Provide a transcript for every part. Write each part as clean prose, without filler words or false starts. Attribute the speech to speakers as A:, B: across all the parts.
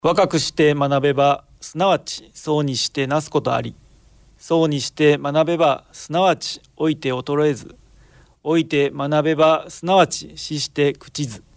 A: 若くして学べばすなわちそうにしてなすことあり、そうにして学べばすなわち老いて衰えず、老いて学べばすなわち死して朽ちず。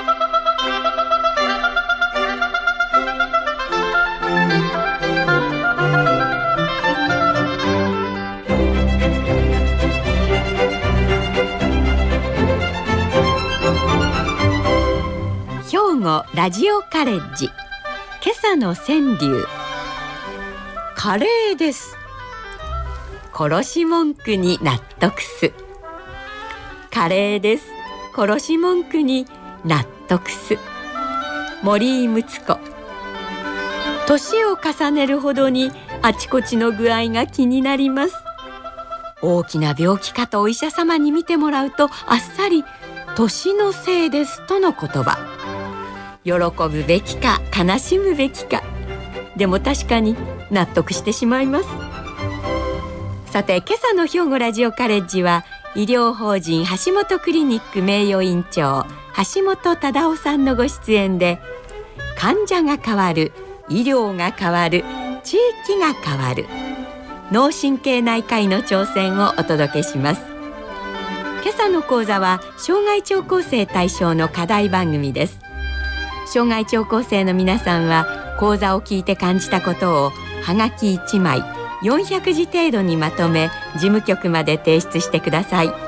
B: 兵庫ラジオカレッジ、今朝の川柳。カレーです。殺し文句に納得す。カレーです。殺し文句に納得す。森井睦子。年を重ねるほどにあちこちの具合が気になります。大きな病気かとお医者様に診てもらうと、あっさり年のせいですとの言葉。喜ぶべきか悲しむべきか、でも確かに納得してしまいます。さて、今朝の兵庫ラジオカレッジは、医療法人橋本クリニック名誉院長橋本忠夫さんのご出演で、患者が変わる、医療が変わる、地域が変わる、脳神経内科医の挑戦をお届けします。今朝の講座は障害聴講生対象の課題番組です。障害聴講生の皆さんは、講座を聞いて感じたことをはがき1枚400字程度にまとめ、事務局まで提出してください。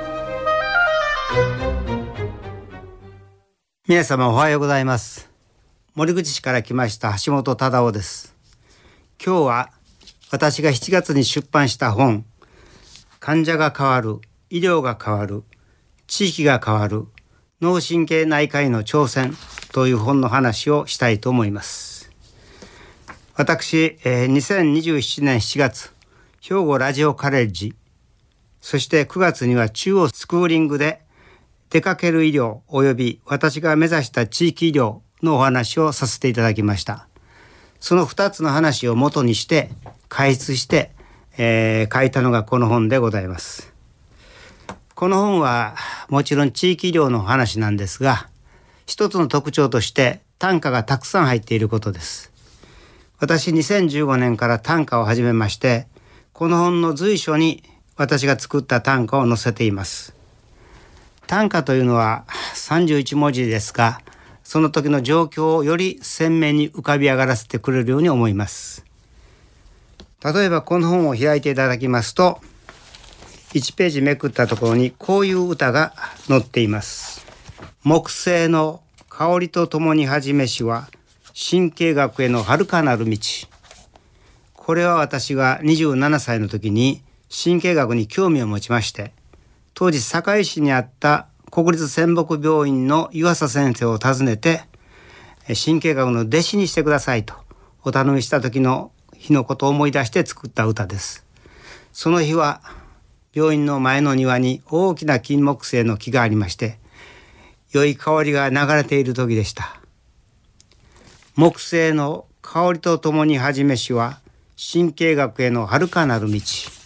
C: 皆様おはようございます。森口市から来ました橋本忠夫です。今日は私が7月に出版した本、患者が変わる、医療が変わる、地域が変わる、脳神経内科医の挑戦という本の話をしたいと思います。私、2027年7月、兵庫ラジオカレッジ、そして9月には中央スクーリングで出かける医療及び私が目指した地域医療のお話をさせていただきました。その2つの話を元にして解説して、書いたのがこの本でございます。この本はもちろん地域医療の話なんですが、一つの特徴として短歌がたくさん入っていることです。私2015年から短歌を始めまして、この本の随所に私が作った短歌を載せています。短歌というのは31文字ですが、その時の状況をより鮮明に浮かび上がらせてくれるように思います。例えばこの本を開いていただきますと、1ページめくったところにこういう歌が載っています。木星の香りとともに始めしは神経学への遥かなる道。これは私が27歳の時に神経学に興味を持ちまして、当時堺市にあった国立仙北病院の湯浅先生を訪ねて、神経学の弟子にしてくださいとお頼みした時の日のことを思い出して作った歌です。その日は病院の前の庭に大きな金木犀の木がありまして、良い香りが流れている時でした。木星の香りとともに始めしは神経学への遥かなる道。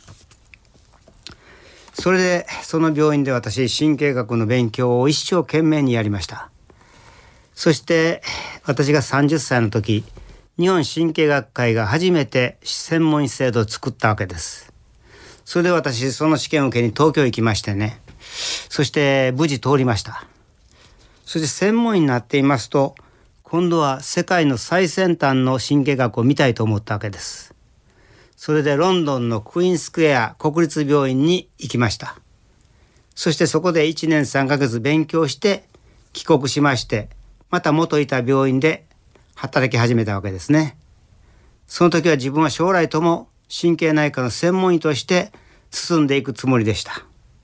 C: それでその病院で私、神経学の勉強を一生懸命にやりました。そして私が30歳の時、日本神経学会が初めて専門医制度を作ったわけです。それで私、その試験を受けに東京へ行きましてね、そして無事通りました。そして専門医になっていますと、今度は世界の最先端の神経学を見たいと思ったわけです。それでロンドンのクイーンスクエア国立病院に行きました。そしてそこで1年3ヶ月勉強して帰国しまして、また元いた病院で働き始めたわけですね。その時は自分は将来とも神経内科の専門医として進んでいくつもりでした。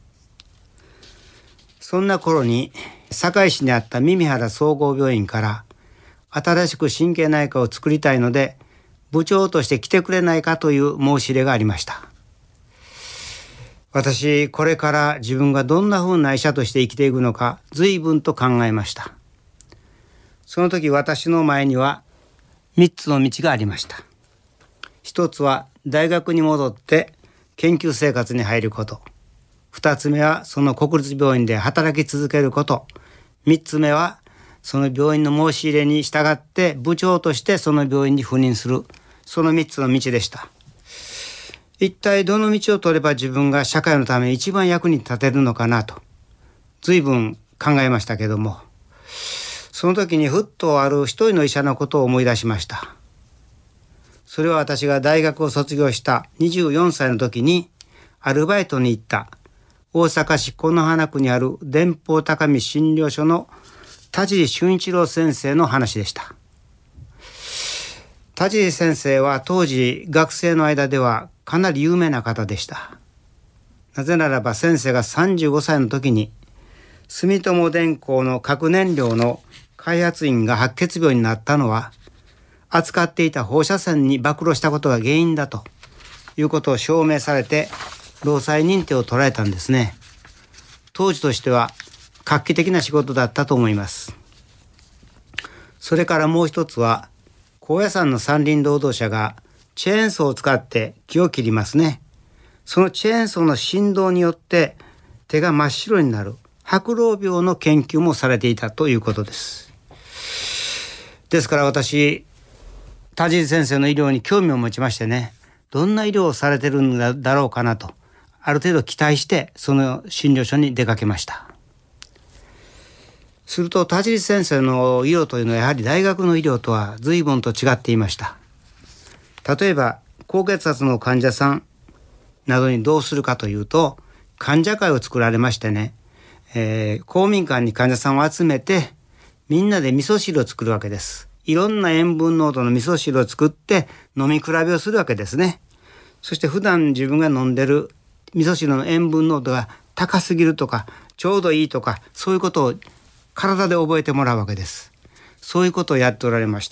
C: そんな頃に堺市にあった耳原総合病院から新しく神経内科を作りたいので部長として来てくれないかという申し入れがありました。私、これから自分がどんなふうな医者として生きていくのか随分と考えました。その時私の前には3つの道がありました。一つは大学に戻って研究生活に入ること。2つ目はその国立病院で働き続けること。3つ目はその病院の申し入れに従って部長としてその病院に赴任する、その3つの道でした。一体どの道を取れば自分が社会のために一番役に立てるのかなと随分考えましたけども、その時にふっとある一人の医者のことを思い出しました。それは私が大学を卒業した24歳の時にアルバイトに行った大阪市此花区にある電報高見診療所の田尻俊一郎先生の話でした。田尻先生は当時学生の間ではかなり有名な方でした。なぜならば先生が35歳の時に住友電工の核燃料の開発員が白血病になったのは扱っていた放射線に暴露したことが原因だということを証明されて労災認定を取られたんですね。当時としては画期的な仕事だったと思います。それからもう一つは高野山の山林労働者がチェーンソーを使って木を切りますね。そのチェーンソーの振動によって手が真っ白になる白老病の研究もされていたということです。ですから私、田尻先生の医療に興味を持ちましてね、どんな医療をされてるんだろうかなとある程度期待してその診療所に出かけました。すると田尻先生の医療というのはやはり大学の医療とは随分と違っていました。例えば高血圧の患者さんなどにどうするかというと、患者会を作られましてね、公民館に患者さんを集めてみんなで味噌汁を作るわけです。いろんな塩分濃度の味噌汁を作って飲み比べをするわけですね。そして普段自分が飲んでる味噌汁の塩分濃度が高すぎるとかちょうどいいとか、そういうことを体で覚えてもらうわけです。そういうことをやっておられました。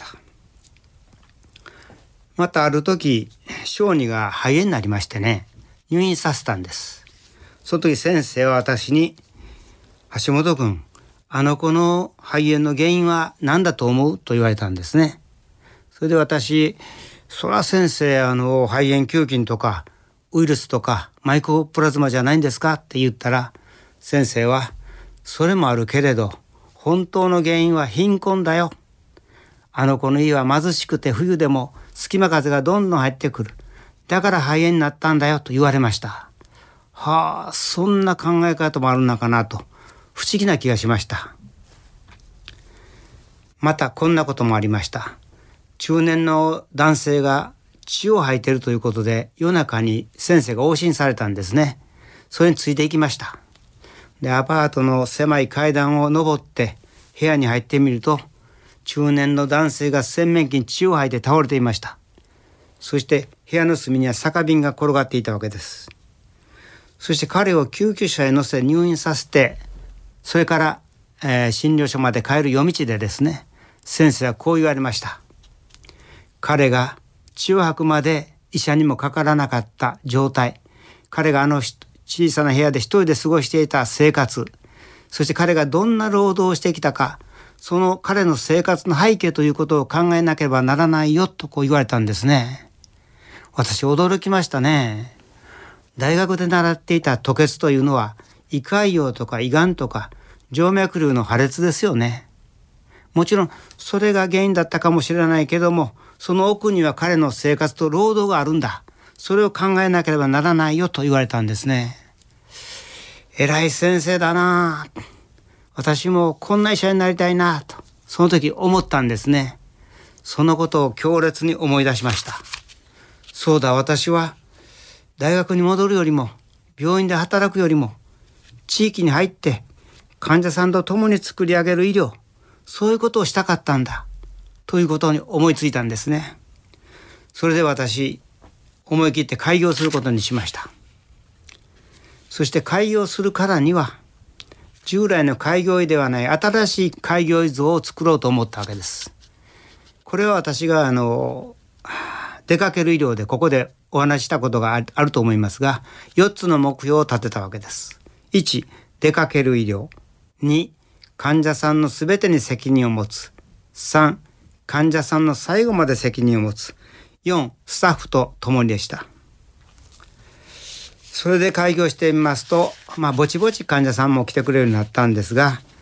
C: またある時小児が肺炎になりましてね、入院させたんです。その時先生は私に、橋本君、あの子の肺炎の原因は何だと思うと言われたんですね。それで私、そら先生、肺炎球菌とかウイルスとかマイコプラズマじゃないんですかって言ったら、先生はそれもあるけれど本当の原因は貧困だよ。あの子の家は貧しくて冬でも隙間風がどんどん入ってくる。だから肺炎になったんだよと言われました。はあ、そんな考え方もあるのかなと不思議な気がしました。またこんなこともありました。中年の男性が血を吐いているということで夜中に先生が往診されたんですね。それについていきました。で、アパートの狭い階段を上って部屋に入ってみると、中年の男性が洗面器に血を吐いて倒れていました。そして部屋の隅には酒瓶が転がっていたわけです。そして彼を救急車へ乗せ入院させて、それから、診療所まで帰る夜道でですね、先生はこう言われました。彼が血を吐くまで医者にもかからなかった状態、彼が小さな部屋で一人で過ごしていた生活、そして彼がどんな労働をしてきたか、その彼の生活の背景ということを考えなければならないよとこう言われたんですね。私驚きましたね。大学で習っていた吐血というのは胃潰瘍とか胃がんとか静脈瘤の破裂ですよね。もちろんそれが原因だったかもしれないけども、その奥には彼の生活と労働があるんだ。それを考えなければならないよと言われたんですね。偉い先生だな。私もこんな医者になりたいなとその時思ったんですね。そのことを強烈に思い出しました。そうだ、私は大学に戻るよりも病院で働くよりも地域に入って患者さんと共に作り上げる医療、そういうことをしたかったんだということに思いついたんですね。それで私、思い切って開業することにしました。そして開業するからには従来の開業医ではない新しい開業医像を作ろうと思ったわけです。これは私が出かける医療でここでお話したことがあると思いますが、4つの目標を立てたわけです。1、出かける医療。2、患者さんのすべてに責任を持つ。3、患者さんの最後まで責任を持つ。4、スタッフと共にでした。それで開業してみますと、ぼちぼち患者さんも来てくれるようになったんですが、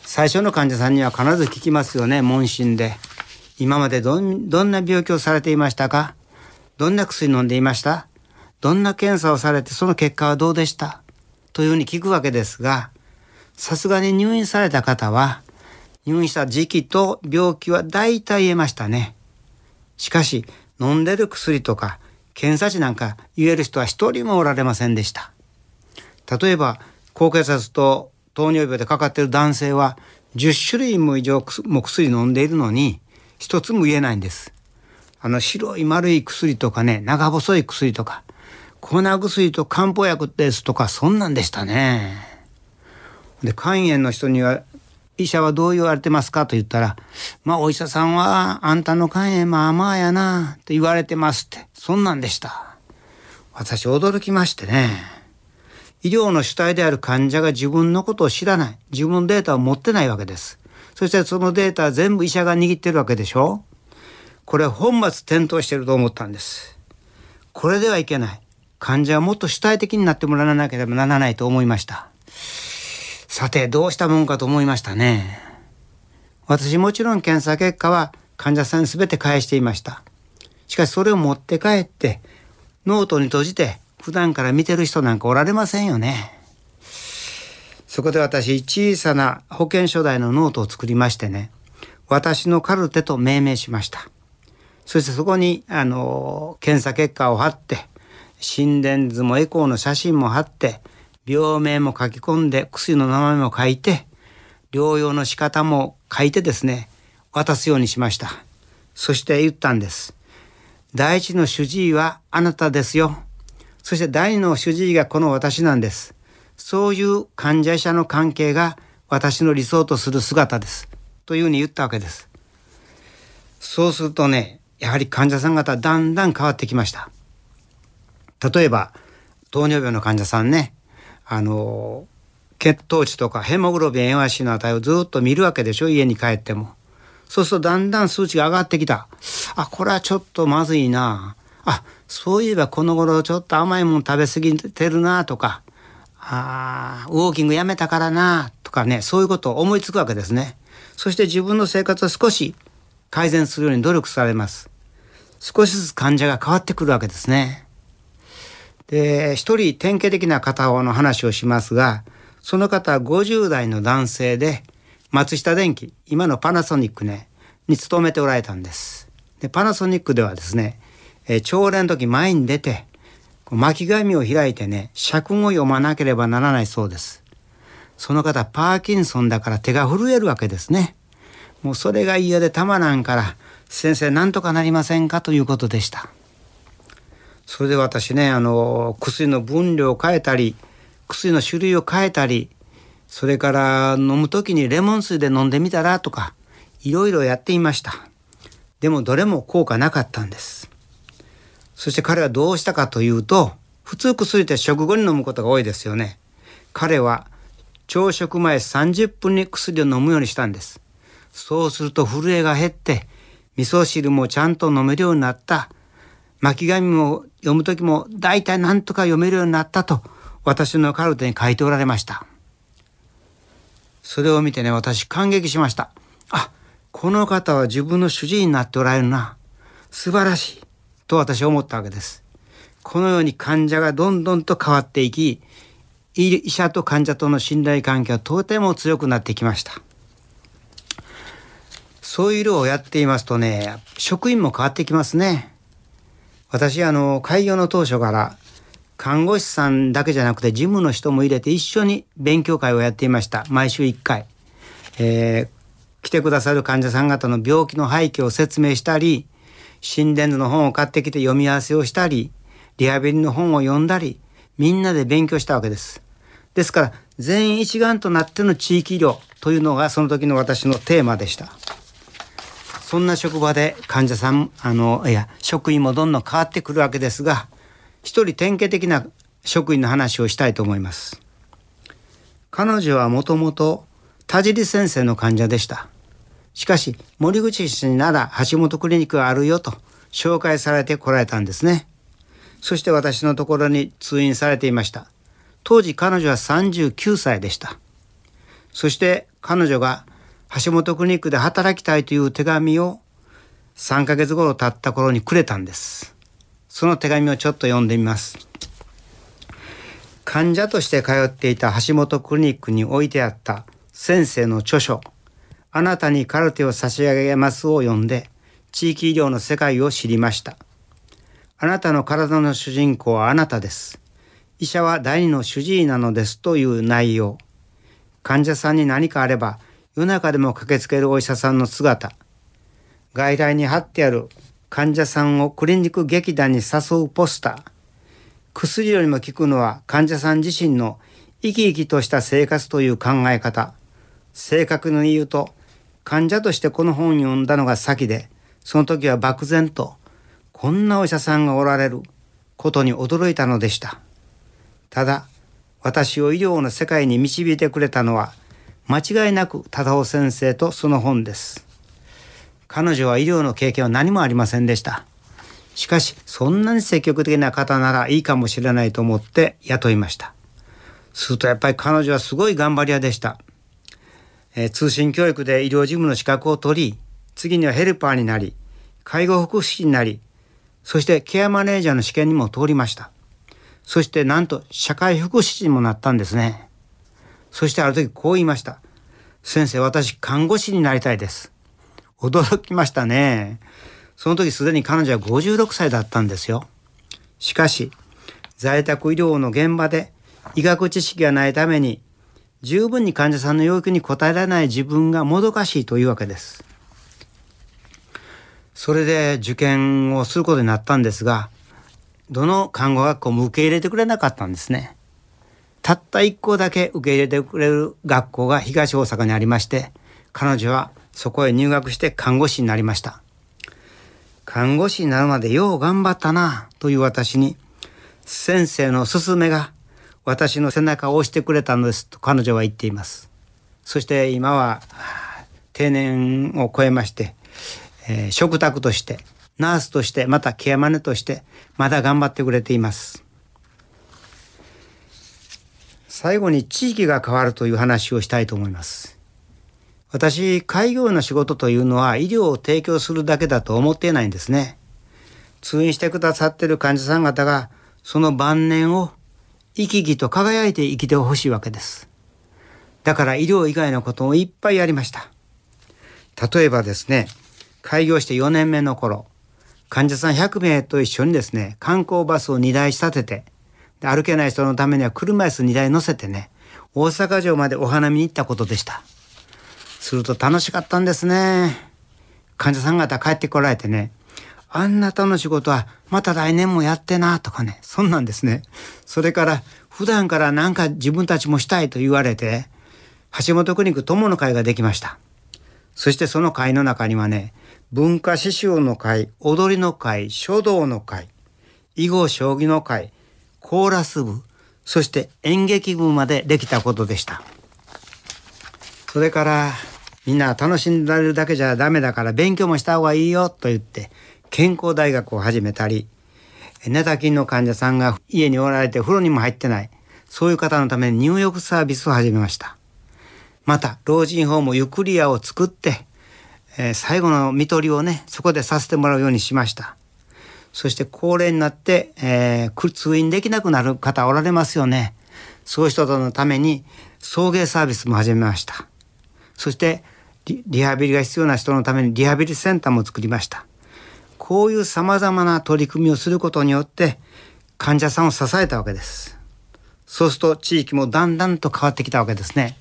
C: 最初の患者さんには必ず聞きますよね。問診で今までどんな病気をされていましたか、どんな薬飲んでいました、どんな検査をされてその結果はどうでしたというふうに聞くわけですが、さすがに入院された方は入院した時期と病気は大体言えましたね。しかし飲んでる薬とか検査値なんか言える人は一人もおられませんでした。例えば高血圧と糖尿病でかかっている男性は10種類も以上も薬飲んでいるのに一つも言えないんです。白い丸い薬とかね、長細い薬とか粉薬と漢方薬ですとか、そんなんでしたね。で肝炎の人には医者はどう言われてますかと言ったら、お医者さんはあんたの肝炎まあまあやなって言われてますって、そんなんでした。私驚きましてね。医療の主体である患者が自分のことを知らない、自分のデータを持ってないわけです。そしてそのデータは全部医者が握ってるわけでしょ。これは本末転倒していると思ったんです。これではいけない。患者はもっと主体的になってもらわなければならないと思いました。さてどうしたもんかと思いましたね。私もちろん検査結果は患者さんに全て返していました。しかしそれを持って帰ってノートに閉じて普段から見てる人なんかおられませんよね。そこで私小さな保険書代のノートを作りましてね、私のカルテと命名しました。そしてそこに検査結果を貼って、心電図もエコーの写真も貼って、病名も書き込んで、薬の名前も書いて、療養の仕方も書いてですね、渡すようにしました。そして言ったんです。第一の主治医はあなたですよ。そして第二の主治医がこの私なんです。そういう患者医者の関係が私の理想とする姿です。というふうに言ったわけです。そうするとね、やはり患者さん方だんだん変わってきました。例えば糖尿病の患者さんね、血糖値とかヘモグロビン A1C の値をずっと見るわけでしょ、家に帰っても。そうするとだんだん数値が上がってきた。これはちょっとまずいな。そういえばこの頃ちょっと甘いもの食べ過ぎてるなとか、ウォーキングやめたからなとかね、そういうことを思いつくわけですね。そして自分の生活を少し改善するように努力されます。少しずつ患者が変わってくるわけですね。で、一人典型的な方の話をしますが、その方は50代の男性で、松下電器、今のパナソニックね、に勤めておられたんです。で、パナソニックではですね、朝礼の時前に出て、巻き紙を開いてね、社訓を読まなければならないそうです。その方パーキンソンだから手が震えるわけですね。もうそれが嫌でたまらんから、先生なんとかなりませんかということでした。それで私ね、薬の分量を変えたり、薬の種類を変えたり、それから飲む時にレモン水で飲んでみたらとか、いろいろやっていました。でもどれも効果なかったんです。そして彼はどうしたかというと、普通薬って食後に飲むことが多いですよね。彼は朝食前30分に薬を飲むようにしたんです。そうすると震えが減って、味噌汁もちゃんと飲めるようになった。巻き紙も読むときも大体なんとか読めるようになったと私のカルテに書いておられました。それを見てね、私感激しました。この方は自分の主治医になっておられるな。素晴らしいと私は思ったわけです。このように患者がどんどんと変わっていき、医者と患者との信頼関係はとても強くなってきました。そういうのをやっていますとね、職員も変わってきますね。私開業の当初から看護師さんだけじゃなくて事務の人も入れて一緒に勉強会をやっていました。毎週1回、来てくださる患者さん方の病気の背景を説明したり、心電図の本を買ってきて読み合わせをしたり、リハビリの本を読んだり、みんなで勉強したわけです。ですから全員一丸となっての地域医療というのがその時の私のテーマでした。そんな職場で患者さん職員もどんどん変わってくるわけですが、一人典型的な職員の話をしたいと思います。彼女はもともと田尻先生の患者でした。しかし森口市になら橋本クリニックがあるよと紹介されて来られたんですね。そして私のところに通院されていました。当時彼女は39歳でした。 そして彼女が橋本クリニックで働きたいという手紙を3ヶ月頃経った頃にくれたんです。その手紙をちょっと読んでみます。患者として通っていた橋本クリニックに置いてあった先生の著書、あなたにカルテを差し上げますを読んで、地域医療の世界を知りました。あなたの体の主人公はあなたです。医者は第二の主治医なのですという内容。患者さんに何かあれば夜中でも駆けつけるお医者さんの姿。外来に貼ってある患者さんをクリニック劇団に誘うポスター。薬よりも効くのは患者さん自身の生き生きとした生活という考え方。正確に言うと、患者としてこの本を読んだのが先で、その時は漠然とこんなお医者さんがおられることに驚いたのでした。ただ私を医療の世界に導いてくれたのは間違いなく忠夫先生とその本です。彼女は医療の経験は何もありませんでした。しかしそんなに積極的な方ならいいかもしれないと思って雇いました。するとやっぱり彼女はすごい頑張り屋でした。通信教育で医療事務の資格を取り、次にはヘルパーになり、介護福祉士になり、そしてケアマネージャーの試験にも通りました。そしてなんと社会福祉士にもなったんですね。そしてある時こう言いました。先生、私看護師になりたいです。驚きましたね。その時すでに彼女は56歳だったんですよ。しかし在宅医療の現場で医学知識がないために十分に患者さんの要求に応えられない自分がもどかしいというわけです。それで受験をすることになったんですが、どの看護学校も受け入れてくれなかったんですね。たった1校だけ受け入れてくれる学校が東大阪にありまして、彼女はそこへ入学して看護師になりました。看護師になるまでよう頑張ったなという私に、先生の勧めが私の背中を押してくれたのですと彼女は言っています。そして今は定年を超えまして、嘱託としてナースとしてまたケアマネとしてまだ頑張ってくれています。最後に地域が変わるという話をしたいと思います。私、開業医の仕事というのは医療を提供するだけだと思っていないんですね。通院してくださっている患者さん方がその晩年を生き生きと輝いて生きてほしいわけです。だから医療以外のこともいっぱいやりました。例えばですね、開業して4年目の頃、患者さん100名と一緒にですね、観光バスを2台仕立てて、歩けない人のためには車椅子2台乗せてね、大阪城までお花見に行ったことでした。すると楽しかったんですね。患者さん方帰ってこられてね、あんな楽しいことはまた来年もやってなとかね、そんなんですね。それから普段からなんか自分たちもしたいと言われて、橋本クリニック友の会ができました。そしてその会の中にはね、文化刺繍の会、踊りの会、書道の会、囲碁将棋の会、コーラス部、そして演劇部までできたことでした。それからみんな楽しんでるだけじゃダメだから勉強もした方がいいよと言って健康大学を始めたり、寝たきりの患者さんが家におられて風呂にも入ってない、そういう方のために入浴サービスを始めました。また老人ホームゆくり屋を作って、最後の看取りをねそこでさせてもらうようにしました。そして高齢になって、通院できなくなる方おられますよね。そういう人のために送迎サービスも始めました。そしてリハビリが必要な人のためにリハビリセンターも作りました。こういうさまざまな取り組みをすることによって患者さんを支えたわけです。そうすると地域もだんだんと変わってきたわけですね。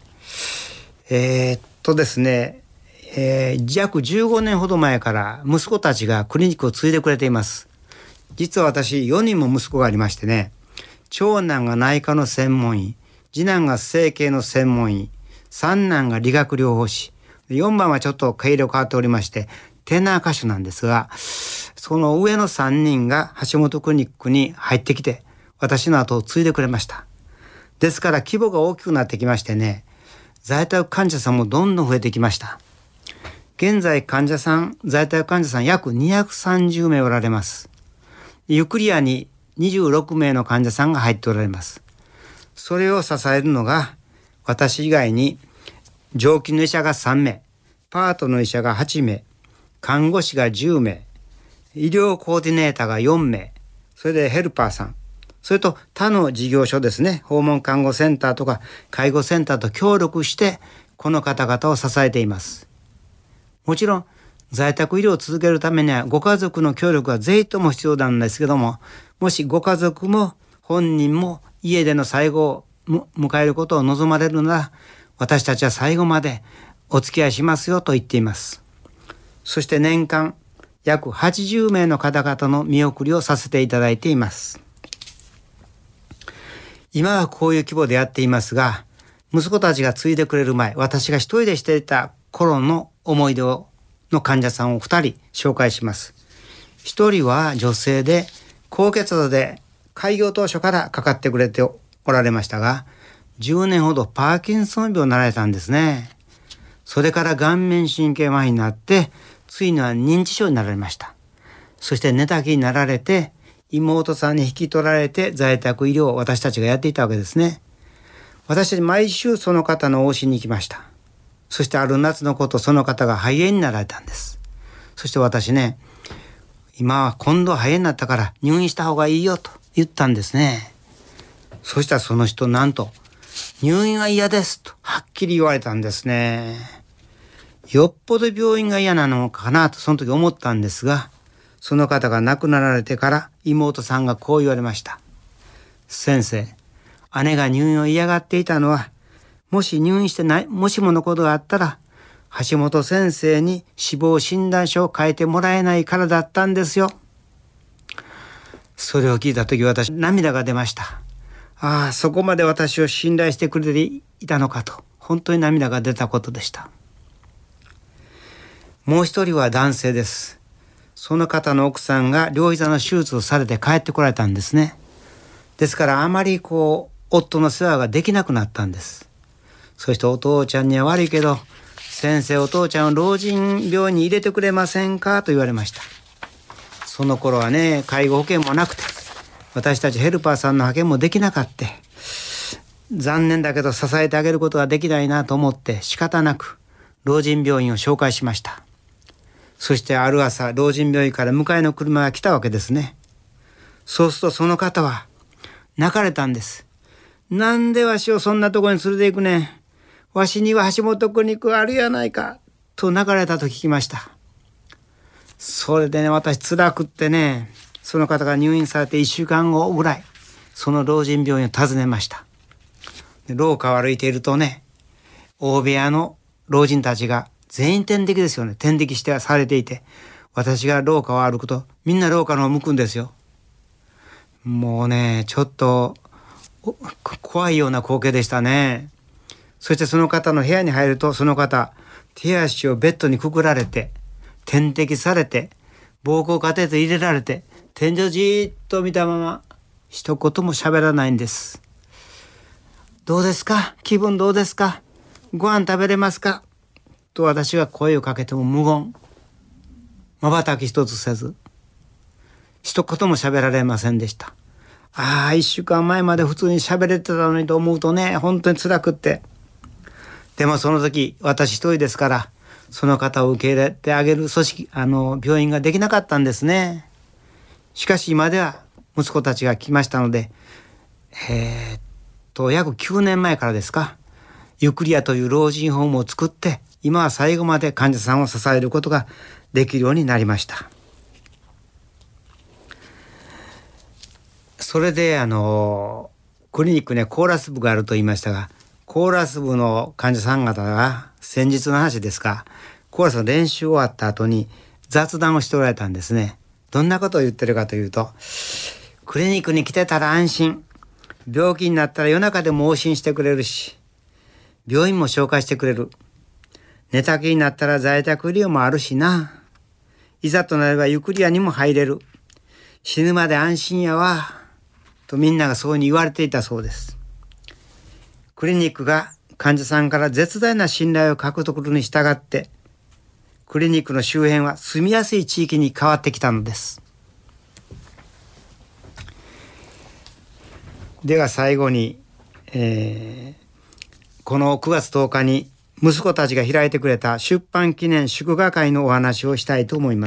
C: ですね、約15年ほど前から息子たちがクリニックを継いでくれています。実は私4人も息子がありましてね、長男が内科の専門医、次男が整形の専門医、三男が理学療法士、4番はちょっと毛色変わっておりましてテナー歌手なんですが、その上の3人が橋本クリニックに入ってきて私の後を継いでくれました。ですから規模が大きくなってきましてね、在宅患者さんもどんどん増えてきました。現在在宅患者さん約230名おられます。ゆくり屋に26名の患者さんが入っておられます。それを支えるのが私以外に常勤の医者が3名、パートの医者が8名、看護師が10名、医療コーディネーターが4名、それでヘルパーさん、それと他の事業所ですね、訪問看護センターとか介護センターと協力してこの方々を支えています。もちろん在宅医療を続けるためにはご家族の協力がぜひとも必要なんですけども、もしご家族も本人も家での最後を迎えることを望まれるなら、私たちは最後までお付き合いしますよと言っています。そして年間約80名の方々の見送りをさせていただいています。今はこういう規模でやっていますが、息子たちが継いでくれる前、私が一人でしていた頃の思い出の患者さんを2人紹介します。1人は女性で高血圧で開業当初からかかってくれておられましたが、10年ほどパーキンソン病になられたんですね。それから顔面神経麻痺になって、ついには認知症になられました。そして寝たきりになられて、妹さんに引き取られて在宅医療を私たちがやっていたわけですね。私たち毎週その方の往診に行きました。そしてある夏のこと、その方が肺炎になられたんです。そして私ね、今度肺炎になったから入院した方がいいよと言ったんですね。そしたらその人、なんと入院は嫌ですとはっきり言われたんですね。よっぽど病院が嫌なのかなとその時思ったんですが、その方が亡くなられてから妹さんがこう言われました。先生、姉が入院を嫌がっていたのは、もし入院してもしものことがあったら、橋本先生に死亡診断書を書いてもらえないからだったんですよ。それを聞いた時、私涙が出ました。ああ、そこまで私を信頼してくれていたのかと、本当に涙が出たことでした。もう一人は男性です。その方の奥さんが両膝の手術をされて帰ってこられたんですね。ですからあまり夫の世話ができなくなったんです。そしてお父ちゃんには悪いけど、先生お父ちゃんを老人病院に入れてくれませんかと言われました。その頃はね、介護保険もなくて、私たちヘルパーさんの派遣もできなかった。残念だけど支えてあげることができないなと思って仕方なく老人病院を紹介しました。そしてある朝、老人病院から迎えの車が来たわけですね。そうするとその方は泣かれたんです。なんでわしをそんなとこに連れて行くねん。わしには橋本クリニックあるやないか。と泣かれたと聞きました。それでね、私辛くってね、その方が入院されて1週間後ぐらい、その老人病院を訪ねました。で、廊下を歩いているとね、大部屋の老人たちが全員点滴ですよね。点滴してされていて、私が廊下を歩くとみんな廊下の方を向くんですよ。もうね、ちょっと怖いような光景でしたね。そしてその方の部屋に入ると、その方手足をベッドにくくられて、点滴されて、膀胱カテーテル入れられて、天井をじーっと見たまま一言も喋らないんです。どうですか？気分どうですか？ご飯食べれますか？と私が声をかけても無言。瞬き一つせず、一言も喋られませんでした。ああ、1週間前まで普通に喋れてたのにと思うとね、本当に辛くって。でもその時、私一人ですから、その方を受け入れてあげる病院ができなかったんですね。しかし今では息子たちが来ましたので、約9年前からですか、ゆくりやという老人ホームを作って、今は最後まで患者さんを支えることができるようになりました。それでクリニックね、コーラス部があると言いましたが、コーラス部の患者さん方が先日の話ですが、コーラスの練習終わった後に雑談をしておられたんですね。どんなことを言ってるかというと、クリニックに来てたら安心、病気になったら夜中でも往診してくれるし、病院も紹介してくれる、寝たきりになったら在宅医療もあるしな、いざとなればゆっくり屋にも入れる、死ぬまで安心やわとみんながそうに言われていたそうです。クリニックが患者さんから絶大な信頼を獲得するに従って、クリニックの周辺は住みやすい地域に変わってきたのです。では最後に、この9月10日に息子たちが開いてくれた出版記念祝賀会のお話をしたいと思います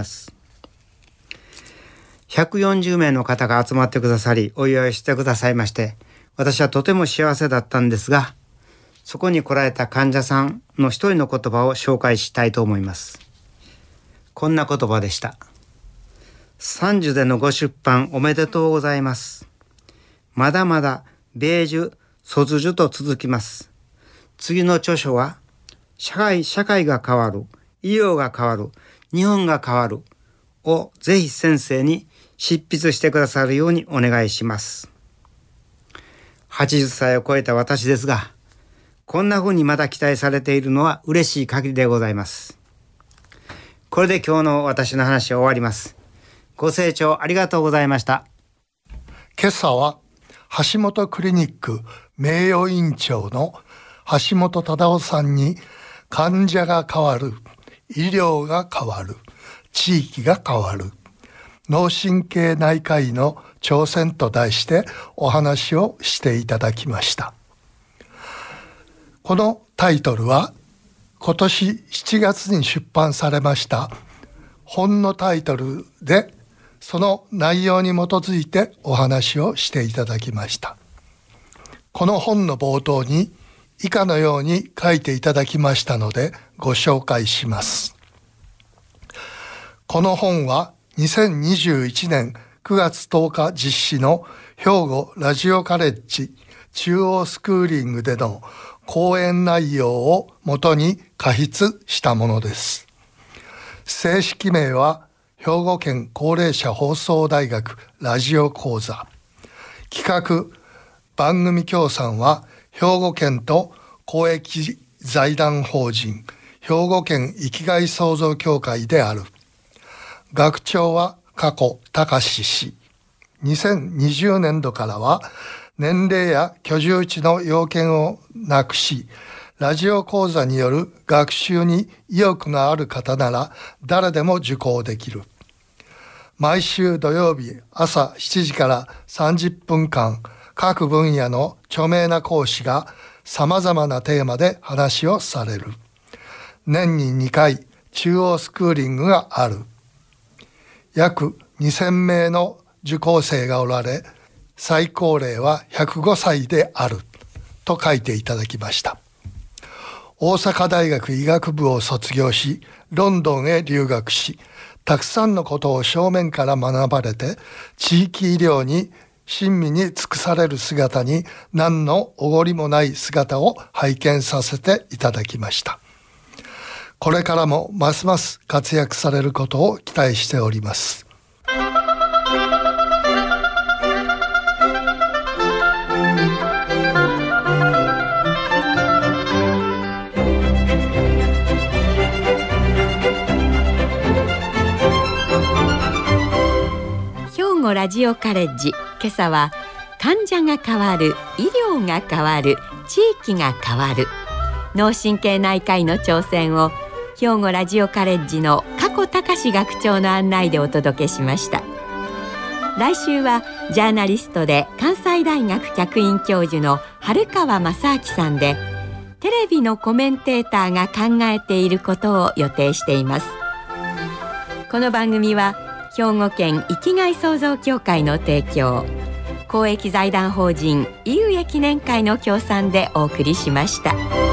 C: 。140名の方が集まってくださり、お祝いしてくださいまして、私はとても幸せだったんですが、そこに来られた患者さんの一人の言葉を紹介したいと思います。こんな言葉でした。30でのご出版おめでとうございます。まだまだ米寿卒寿と続きます。次の著書は社会が変わる、医療が変わる、日本が変わるをぜひ先生に執筆してくださるようにお願いします。80歳を超えた私ですが、こんな風にまだ期待されているのは嬉しい限りでございます。これで今日の私の話は終わります。ご清聴ありがとうございました。
D: 今朝は橋本クリニック名誉院長の橋本忠夫さんに、患者が変わる、医療が変わる、地域が変わる、脳神経内科医の挑戦と題してお話をしていただきました。このタイトルは今年7月に出版されました本のタイトルで、その内容に基づいてお話をしていただきました。この本の冒頭に以下のように書いていただきましたのでご紹介します。この本は2021年9月10日実施の兵庫ラジオカレッジ中央スクーリングでの講演内容をもとに加筆したものです。正式名は兵庫県高齢者放送大学ラジオ講座。企画番組協賛は兵庫県と公益財団法人兵庫県生きがい創造協会である。学長は加古隆氏。2020年度からは年齢や居住地の要件をなくし、ラジオ講座による学習に意欲がある方なら誰でも受講できる。毎週土曜日朝7時から30分間、各分野の著名な講師が様々なテーマで話をされる。年に2回中央スクーリングがある。約2000名の受講生がおられ、最高齢は105歳であると書いていただきました。大阪大学医学部を卒業し、ロンドンへ留学し、たくさんのことを正面から学ばれて、地域医療に親身に尽くされる姿に何のおごりもない姿を拝見させていただきました。これからもますます活躍されることを期待しております。
B: 兵庫ラジオカレッジ、今朝は患者が変わる、医療が変わる、地域が変わる、脳神経内科医の挑戦を兵庫ラジオカレッジの加古隆学長の案内でお届けしました。来週はジャーナリストで関西大学客員教授の春川正明さんで、テレビのコメンテーターが考えていることを予定しています。この番組は兵庫県生きがい創造協会の提供、公益財団法人井上記念会の協賛でお送りしました。